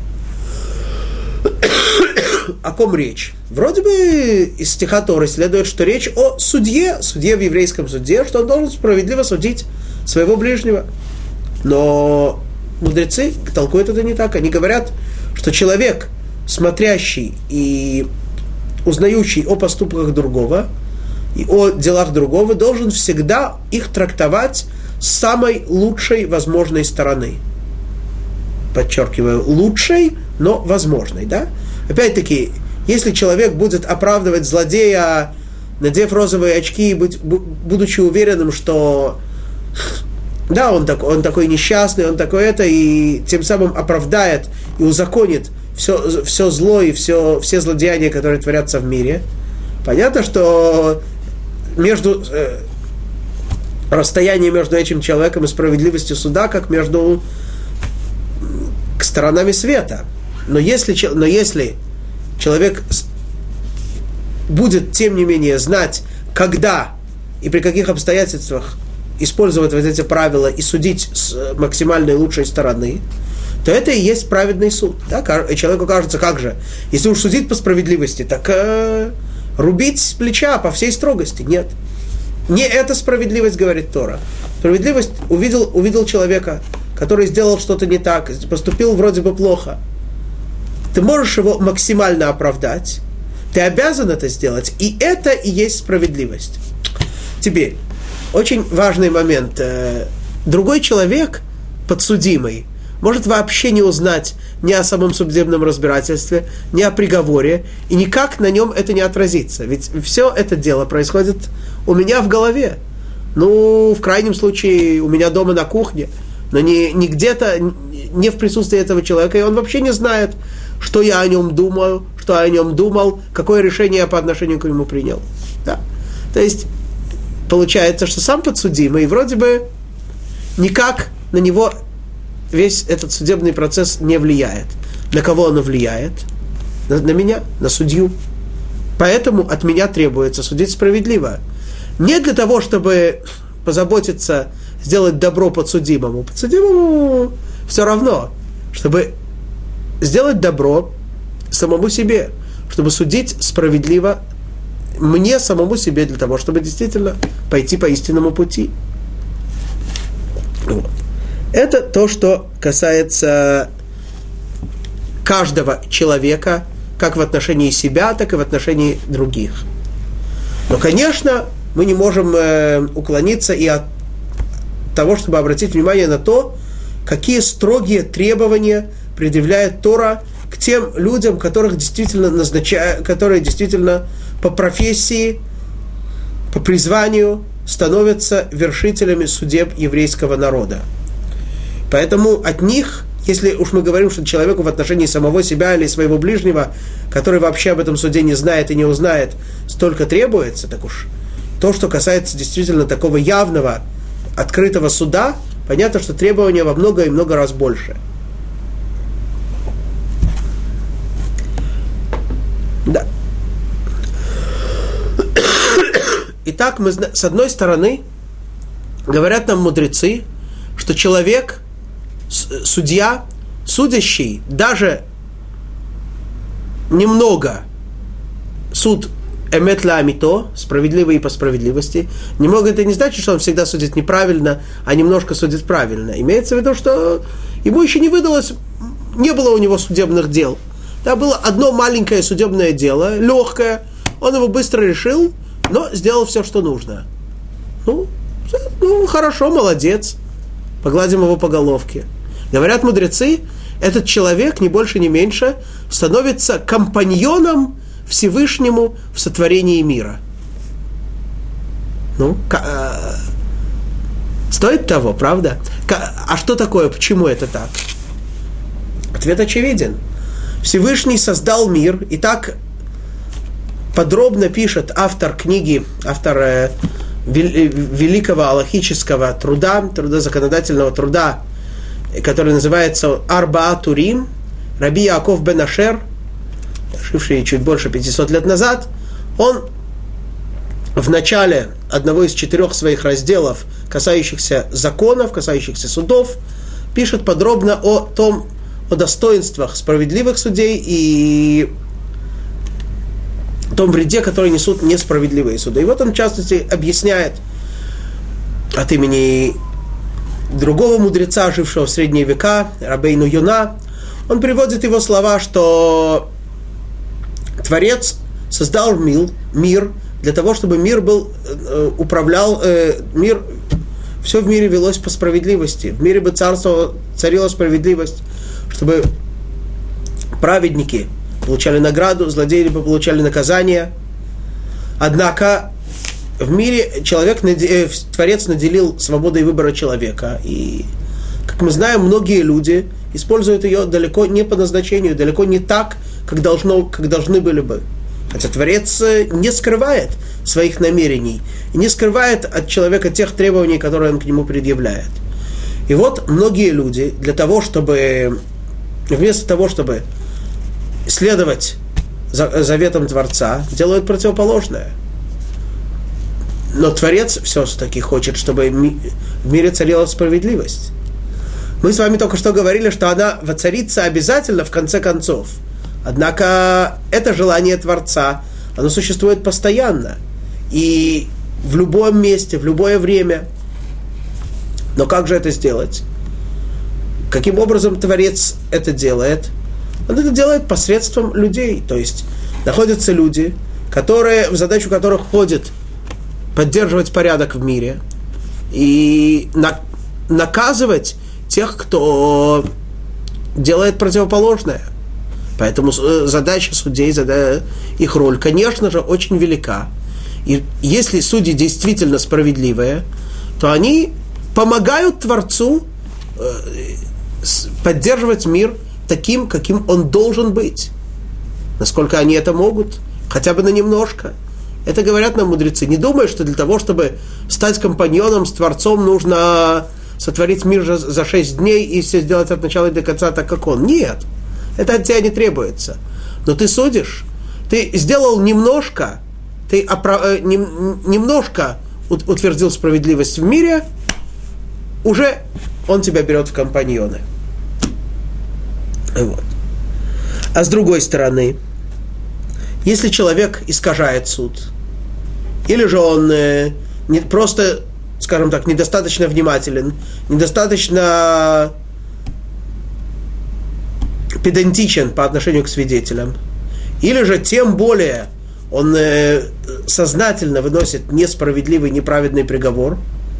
О ком речь? Вроде бы из стиха Торы следует, что речь о судье, судье в еврейском суде, что он должен справедливо судить своего ближнего. Но мудрецы толкуют это не так. Они говорят, что человек, смотрящий и узнающий о поступках другого и о делах другого, должен всегда их трактовать с самой лучшей возможной стороны. Подчеркиваю, лучшей, но возможной, да? Опять-таки, если человек будет оправдывать злодея, надев розовые очки, быть, будучи уверенным, что да, он, так, он такой несчастный, он такой это, и тем самым оправдает и узаконит все, все зло и все, все злодеяния, которые творятся в мире, понятно, что между, э, расстояние между этим человеком и справедливостью суда, как между сторонами света. Но если, но если человек будет, тем не менее, знать, когда и при каких обстоятельствах использовать вот эти правила и судить с максимальной лучшей стороны, то это и есть праведный суд. Да? Человеку кажется, как же, если уж судить по справедливости, так э, рубить с плеча по всей строгости. Нет. Не эта справедливость, говорит Тора. Справедливость увидел, увидел человека, который сделал что-то не так, поступил вроде бы плохо. Ты можешь его максимально оправдать, ты обязан это сделать, и это и есть справедливость. Теперь, очень важный момент. Другой человек, подсудимый, может вообще не узнать ни о самом судебном разбирательстве, ни о приговоре, и никак на нем это не отразится. Ведь все это дело происходит у меня в голове. Ну, в крайнем случае, у меня дома на кухне, но не, не где-то, не в присутствии этого человека, и он вообще не знает, что я о нем думаю, что я о нем думал, какое решение я по отношению к нему принял. Да. То есть, получается, что сам подсудимый вроде бы никак на него весь этот судебный процесс не влияет. На кого он влияет? На, на меня, на судью. Поэтому от меня требуется судить справедливо. Не для того, чтобы позаботиться, сделать добро подсудимому. Подсудимому все равно, чтобы сделать добро самому себе, чтобы судить справедливо мне, самому себе, для того, чтобы действительно пойти по истинному пути. Вот. Это то, что касается каждого человека, как в отношении себя, так и в отношении других. Но, конечно, мы не можем э, уклониться и от того, чтобы обратить внимание на то, какие строгие требования предъявляет Тора к тем людям, которых действительно назначают, которые действительно по профессии, по призванию становятся вершителями судеб еврейского народа. Поэтому от них, если уж мы говорим, что человеку в отношении самого себя или своего ближнего, который вообще об этом суде не знает и не узнает, столько требуется, так уж то, что касается действительно такого явного, открытого суда, понятно, что требования во много и много раз больше. Да. Итак, мы, с одной стороны, говорят нам мудрецы, что человек, судья, судящий, даже немного суд эмет ла амито, справедливый и по справедливости, немного это не значит, что он всегда судит неправильно, а немножко судит правильно. Имеется в виду, что ему еще не выдалось, не было у него судебных дел. Да, было одно маленькое судебное дело, легкое, он его быстро решил, но сделал все, что нужно. Ну, ну хорошо, молодец. Погладим его по головке. Говорят мудрецы, этот человек, ни больше, ни меньше, становится компаньоном Всевышнему в сотворении мира. Ну, к- стоит того, правда? К- а что такое, почему это так? Ответ очевиден. Всевышний создал мир, и так подробно пишет автор книги, автор э, великого алахического труда, труда законодательного труда, который называется Арбаа Турим, Раби Яаков бен Ашер, живший чуть больше пятисот лет назад. Он в начале одного из четырех своих разделов, касающихся законов, касающихся судов, пишет подробно о том, о достоинствах справедливых судей и том вреде, который несут несправедливые суды. И вот он, в частности, объясняет от имени другого мудреца, жившего в средние века, Рабейну Йона, он приводит его слова, что Творец создал мир, мир для того, чтобы мир был, управлял, мир, все в мире велось по справедливости, в мире бы царствовала, царила справедливость, чтобы праведники получали награду, злодеи бы получали наказание. Однако в мире человек, Творец наделил свободой выбора человека. И, как мы знаем, многие люди используют ее далеко не по назначению, далеко не так, как, должно, как должны были бы. Хотя Творец не скрывает своих намерений, и не скрывает от человека тех требований, которые он к нему предъявляет. И вот многие люди для того, чтобы, вместо того, чтобы следовать заветам Творца, делают противоположное. Но Творец все-таки хочет, чтобы в мире царила справедливость. Мы с вами только что говорили, что она воцарится обязательно в конце концов. Однако это желание Творца, оно существует постоянно. И в любом месте, в любое время. Но как же это сделать? Каким образом Творец это делает? Он это делает посредством людей. То есть находятся люди, которые, в задачу которых входит поддерживать порядок в мире и на, наказывать тех, кто делает противоположное. Поэтому задача судей, задача, их роль, конечно же, очень велика. И если судьи действительно справедливые, то они помогают Творцу э, поддерживать мир таким, каким он должен быть. Насколько они это могут, хотя бы на немножко. Это говорят нам мудрецы. Не думай, что для того, чтобы стать компаньоном с Творцом, нужно сотворить мир за шесть дней и все сделать от начала и до конца так, как он. Нет, это от тебя не требуется. Но ты судишь, ты сделал немножко, ты оправ... немножко утвердил справедливость в мире, уже он тебя берет в компаньоны. Вот. А с другой стороны, если человек искажает суд, или же он э, не, просто, скажем так, недостаточно внимателен, недостаточно педантичен по отношению к свидетелям, или же тем более он э, сознательно выносит несправедливый, неправедный приговор,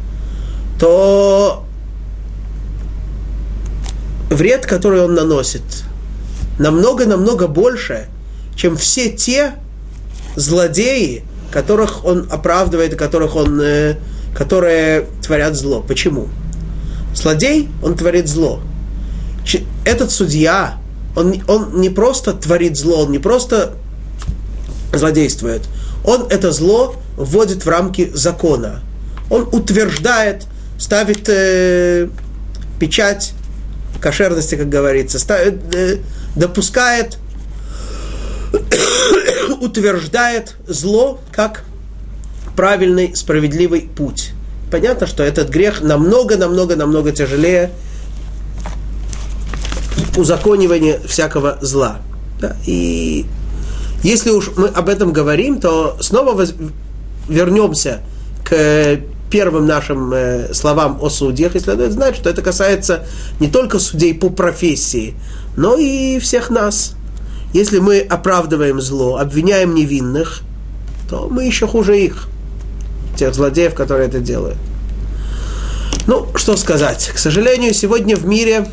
то вред, который он наносит, намного-намного больше, чем все те злодеи, которых он оправдывает, и которых он, э, которые творят зло. Почему? Злодей, он творит зло. Ч- этот судья, он, он не просто творит зло, он не просто злодействует, он это зло вводит в рамки закона. Он утверждает, ставит э, печать кошерности, как говорится, ставит, э, допускает, утверждает зло как правильный, справедливый путь. Понятно, что этот грех намного-намного-намного тяжелее узаконивания всякого зла. Да? И если уж мы об этом говорим, то снова воз... вернемся к первым нашим э, словам о судьях, и следует знать, что это касается не только судей по профессии, но и всех нас. Если мы оправдываем зло, обвиняем невинных, то мы еще хуже их, тех злодеев, которые это делают. Ну, что сказать. К сожалению, сегодня в мире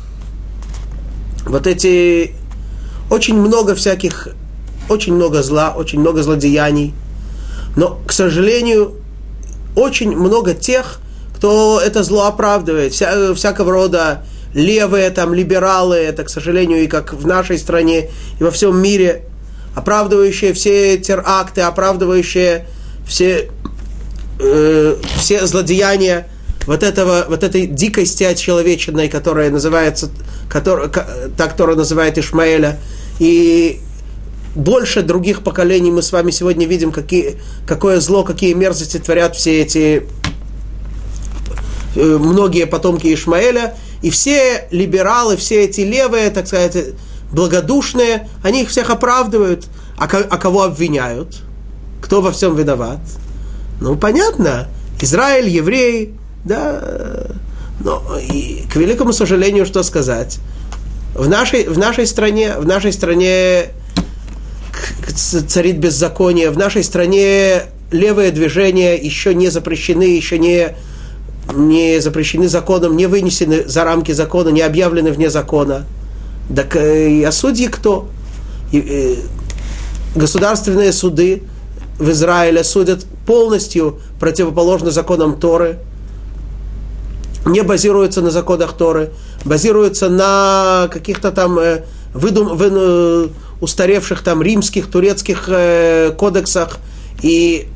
вот эти очень много всяких, очень много зла, очень много злодеяний, но, к сожалению, очень много тех, кто это зло оправдывает, вся, всякого рода левые, там, либералы, это, к сожалению, и как в нашей стране, и во всем мире, оправдывающие все теракты, оправдывающие все, э, все злодеяния вот, этого, вот этой дикости отчеловеченной, которая называется, который, та, которая называет Ишмаэля, и больше других поколений мы с вами сегодня видим, какие, какое зло, какие мерзости творят все эти э, многие потомки Ишмаэля. И все либералы, все эти левые, так сказать, благодушные, они их всех оправдывают. А, а кого обвиняют? Кто во всем виноват? Ну, понятно. Израиль, евреи, да. Но и, к великому сожалению, что сказать? В нашей, в нашей стране, в нашей стране царит беззаконие, в нашей стране левые движения еще не запрещены, еще не, не запрещены законом, не вынесены за рамки закона, не объявлены вне закона. Так и а судьи кто? И, и, государственные суды в Израиле судят полностью противоположно законам Торы, не базируются на законах Торы, базируются на каких-то там э, выдум, вы, устаревших там римских, турецких э, кодексах, и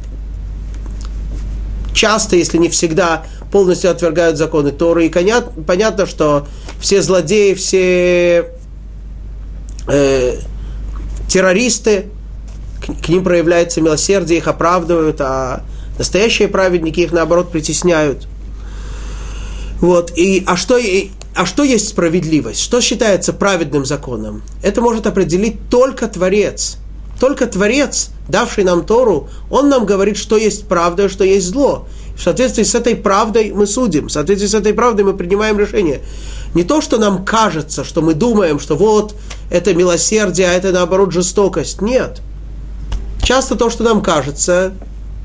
часто, если не всегда, полностью отвергают законы Торы. И понятно, понятно что все злодеи, все э, террористы, к, к ним проявляется милосердие, их оправдывают, а настоящие праведники их, наоборот, притесняют. Вот. И, а, что, и, а что есть справедливость? Что считается праведным законом? Это может определить только Творец. только Творец, давший нам Тору, Он нам говорит, что есть правда, что есть зло. В соответствии с этой правдой мы судим, в соответствии с этой правдой мы принимаем решение. Не то, что нам кажется, что мы думаем, что вот это милосердие, а это наоборот жестокость. Нет. Часто то, что нам кажется,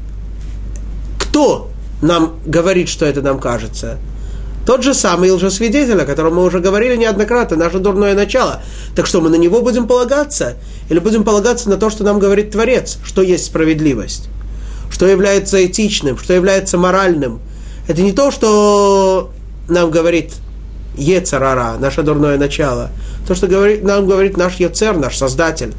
кто нам говорит, что это нам кажется? Тот же самый лжесвидетель, о котором мы уже говорили неоднократно, наше дурное начало. Так что мы на него будем полагаться? Или будем полагаться на то, что нам говорит Творец, что есть справедливость? Что является этичным, что является моральным? Это не то, что нам говорит Йецер ара, наше дурное начало. То, что говорит, нам говорит наш Йоцер, наш Создатель.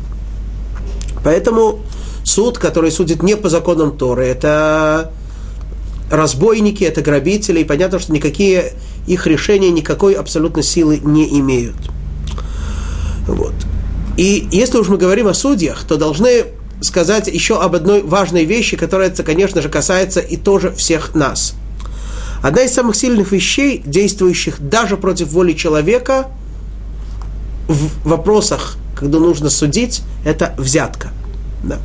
Поэтому суд, который судит не по законам Торы, это разбойники, это грабители, и понятно, что никакие их решения никакой абсолютно силы не имеют. Вот. И если уж мы говорим о судьях, то должны сказать еще об одной важной вещи, которая, конечно же, касается и тоже всех нас. Одна из самых сильных вещей, действующих даже против воли человека в вопросах, когда нужно судить, это взятка. Да.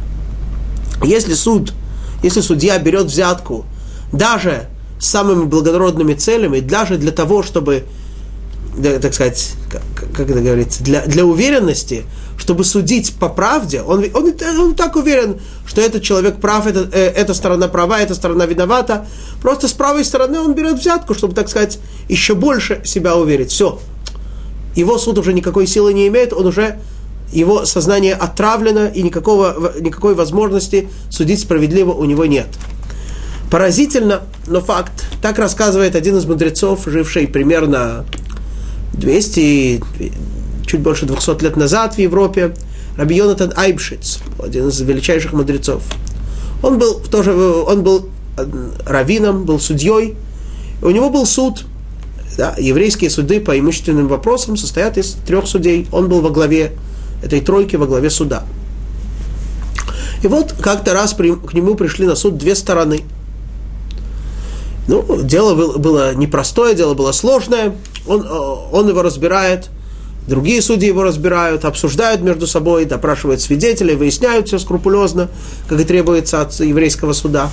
Если суд, если судья берет взятку даже с самыми благородными целями, даже для того, чтобы, да, так сказать, как, как это говорится, для, для уверенности, чтобы судить по правде, он, он, он так уверен, что этот человек прав, это, э, эта сторона права, эта сторона виновата. Просто с правой стороны он берет взятку, чтобы, так сказать, еще больше себя уверить. Все. Его суд уже никакой силы не имеет, он уже, его сознание отравлено, и никакого, никакой возможности судить справедливо у него нет. Поразительно, но факт. Так рассказывает один из мудрецов, живший примерно двести, чуть больше двухсот лет назад в Европе, Раби Йонатан Айбшиц, один из величайших мудрецов. Он был, тоже, он был раввином, был судьей. У него был суд. Да, еврейские суды по имущественным вопросам состоят из трех судей. Он был во главе этой тройки, во главе суда. И вот как-то раз при, к нему пришли на суд две стороны. Ну, дело было, было непростое, дело было сложное. Он, он его разбирает, другие судьи его разбирают, обсуждают между собой, допрашивают свидетелей, выясняют все скрупулезно, как и требуется от еврейского суда.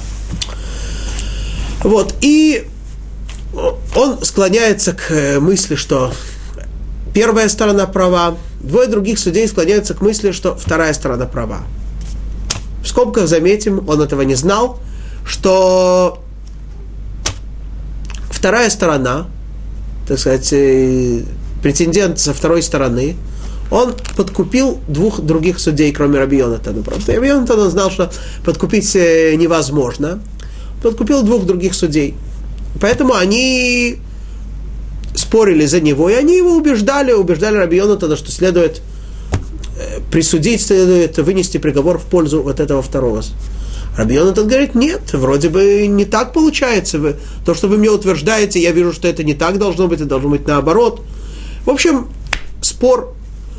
Вот, и он склоняется к мысли, что первая сторона права, двое других судей склоняются к мысли, что вторая сторона права. В скобках заметим, он этого не знал, что вторая сторона, так сказать, претендент со второй стороны, он подкупил двух других судей, кроме Раби Йонатана. Просто Раби Йонатан, он знал, что подкупить невозможно. Подкупил двух других судей. Поэтому они спорили за него, и они его убеждали, убеждали Раби Йонатана, что следует присудить, следует вынести приговор в пользу вот этого второго. Раби Йонатан говорит, нет, вроде бы не так получается. Вы, то, что вы мне утверждаете, я вижу, что это не так должно быть, это должно быть наоборот. В общем, спор.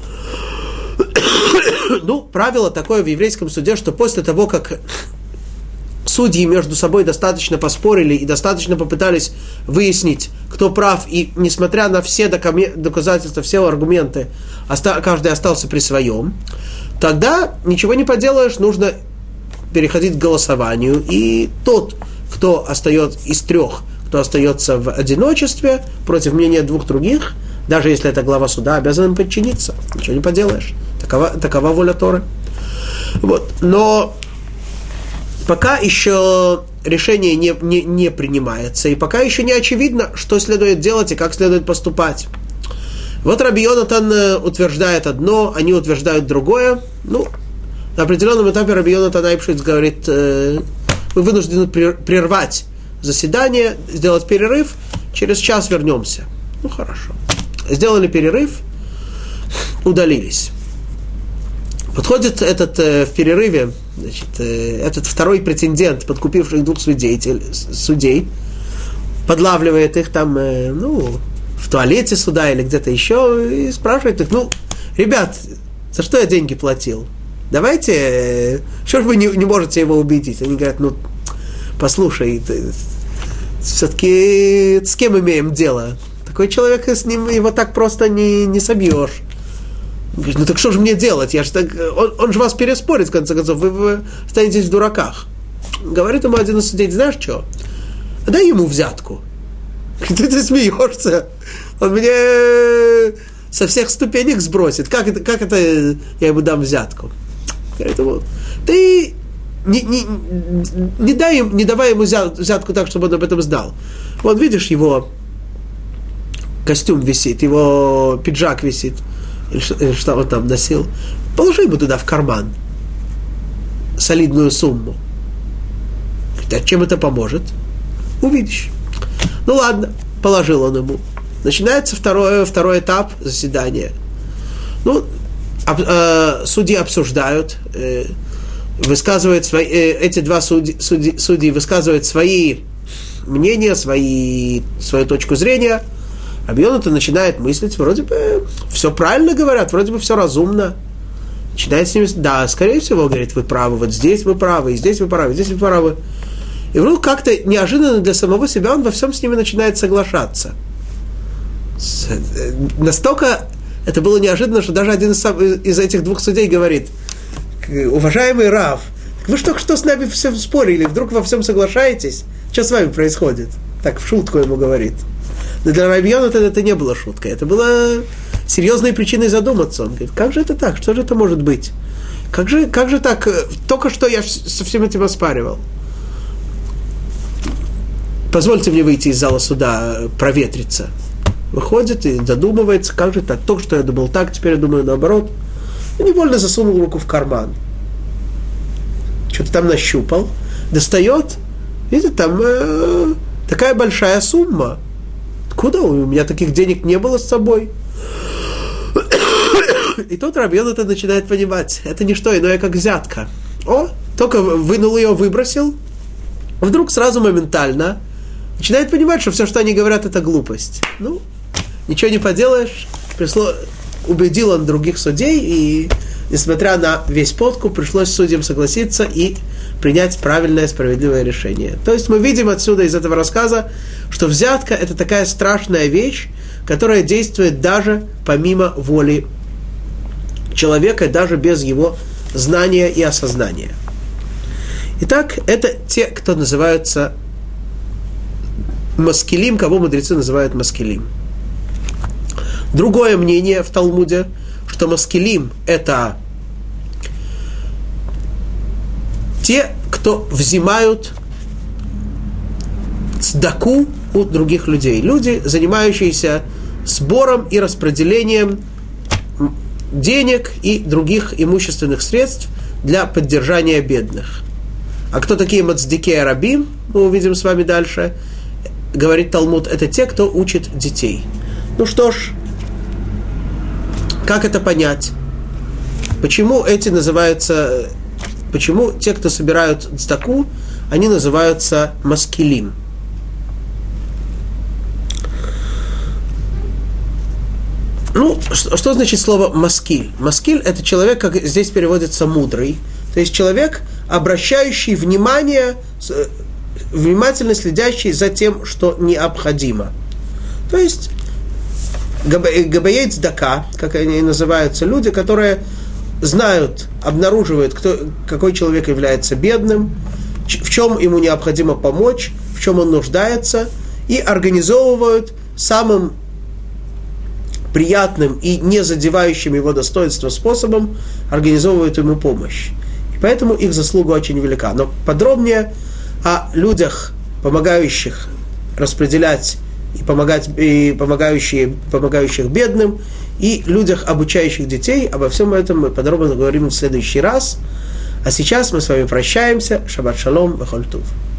Ну, правило такое в еврейском суде, что после того, как судьи между собой достаточно поспорили и достаточно попытались выяснить, кто прав, и несмотря на все доказательства, все аргументы, каждый остался при своем, тогда ничего не поделаешь, нужно переходить к голосованию, и тот, кто остается из трех, кто остается в одиночестве против мнения двух других, даже если это глава суда, обязан им подчиниться. Ничего не поделаешь. Такова, такова воля Торы. Вот. Но пока еще решение не, не, не принимается, и пока еще не очевидно, что следует делать и как следует поступать. Вот Раби Йонатан утверждает одно, они утверждают другое. Ну, на определенном этапе Раби Йонатан Айбшиц говорит, э, мы вынуждены прервать заседание, сделать перерыв, через час вернемся. Ну, хорошо. Сделали перерыв, удалились. Подходит этот э, в перерыве, значит, э, этот второй претендент, подкупивший двух свидетелей, судей, подлавливает их там, э, ну, в туалете суда или где-то еще, и спрашивает их, ну, ребят, за что я деньги платил? Давайте, э, что же вы не, не можете его убедить? Они говорят, ну, послушай, ты, все-таки с кем имеем дело? Такой человек, с ним его так просто не, не собьешь. Говорит, ну так что же мне делать? Я же так... он, он же вас переспорит, в конце концов, вы, вы останетесь в дураках. Говорит ему один из судей, знаешь что? Дай ему взятку. Ты, ты смеешься. Он мне со всех ступенек сбросит. Как это, как это я ему дам взятку? Говорит ему, ты не, не, не, дай им, не давай ему взятку так, чтобы он об этом знал. Вот видишь, его костюм висит, его пиджак висит, или что, или что он там носил. Положи ему туда в карман солидную сумму. Говорит, а чем это поможет? Увидишь. Ну ладно, положил он ему. Начинается второй, второй этап заседания. Ну, об, э, судьи обсуждают, э, высказывают свои, э, эти два судьи, судьи, судьи высказывают свои мнения, свои, свою точку зрения. Раби Йонатан начинает мыслить, вроде бы все правильно говорят, вроде бы все разумно. Начинает с ними, да, скорее всего, говорит, вы правы, вот здесь вы правы, и здесь вы правы, и здесь вы правы. И вдруг как-то неожиданно для самого себя он во всем с ними начинает соглашаться. Настолько это было неожиданно, что даже один из, из этих двух судей говорит, уважаемый Рав, вы же только что с нами все спорили, вдруг во всем соглашаетесь? Что с вами происходит? Так, в шутку ему говорит. Но для Раби Йонатана это не было шуткой, это было серьезной причиной задуматься. Он говорит, как же это так, что же это может быть? Как же, как же так, только что я со всем этим оспаривал. Позвольте мне выйти из зала суда, проветриться. Выходит и задумывается, как же так, только что я думал так, теперь я думаю наоборот. И невольно засунул руку в карман. Что-то там нащупал, достает, видите, там э, такая большая сумма. Откуда? У меня таких денег не было с собой. И тут Раби Йонатан начинает понимать, это не что иное, как взятка. О, только вынул ее, выбросил, вдруг сразу моментально начинает понимать, что все, что они говорят, это глупость. Ну, ничего не поделаешь, пришло, убедил он других судей, и, несмотря на весь подкуп, пришлось судьям согласиться и принять правильное, справедливое решение. То есть мы видим отсюда, из этого рассказа, что взятка – это такая страшная вещь, которая действует даже помимо воли человека, даже без его знания и осознания. Итак, это те, кто называются маскилим, кого мудрецы называют маскилим. Другое мнение в Талмуде, что маскилим – это те, кто взимают цдаку у других людей. Люди, занимающиеся сбором и распределением денег и других имущественных средств для поддержания бедных. А кто такие мацдики и рабим, мы увидим с вами дальше. Говорит Талмуд, это те, кто учит детей. Ну что ж, как это понять? Почему эти называются, почему те, кто собирают цдаку, они называются маскилим? Ну, что, что значит слово маскиль? Маскиль – это человек, как здесь переводится, мудрый. То есть человек, обращающий внимание, внимательно следящий за тем, что необходимо. То есть габаей цдака, как они называются, люди, которые знают, обнаруживают, кто, какой человек является бедным, в чем ему необходимо помочь, в чем он нуждается, и организовывают самым приятным и не задевающим его достоинство способом, организовывают ему помощь. И поэтому их заслуга очень велика. Но подробнее о людях, помогающих распределять и, помогать, и помогающие, помогающих бедным, и людях, обучающих детей, обо всем этом мы подробно говорим в следующий раз. А сейчас мы с вами прощаемся. Шаббат шалом, вехоль тув.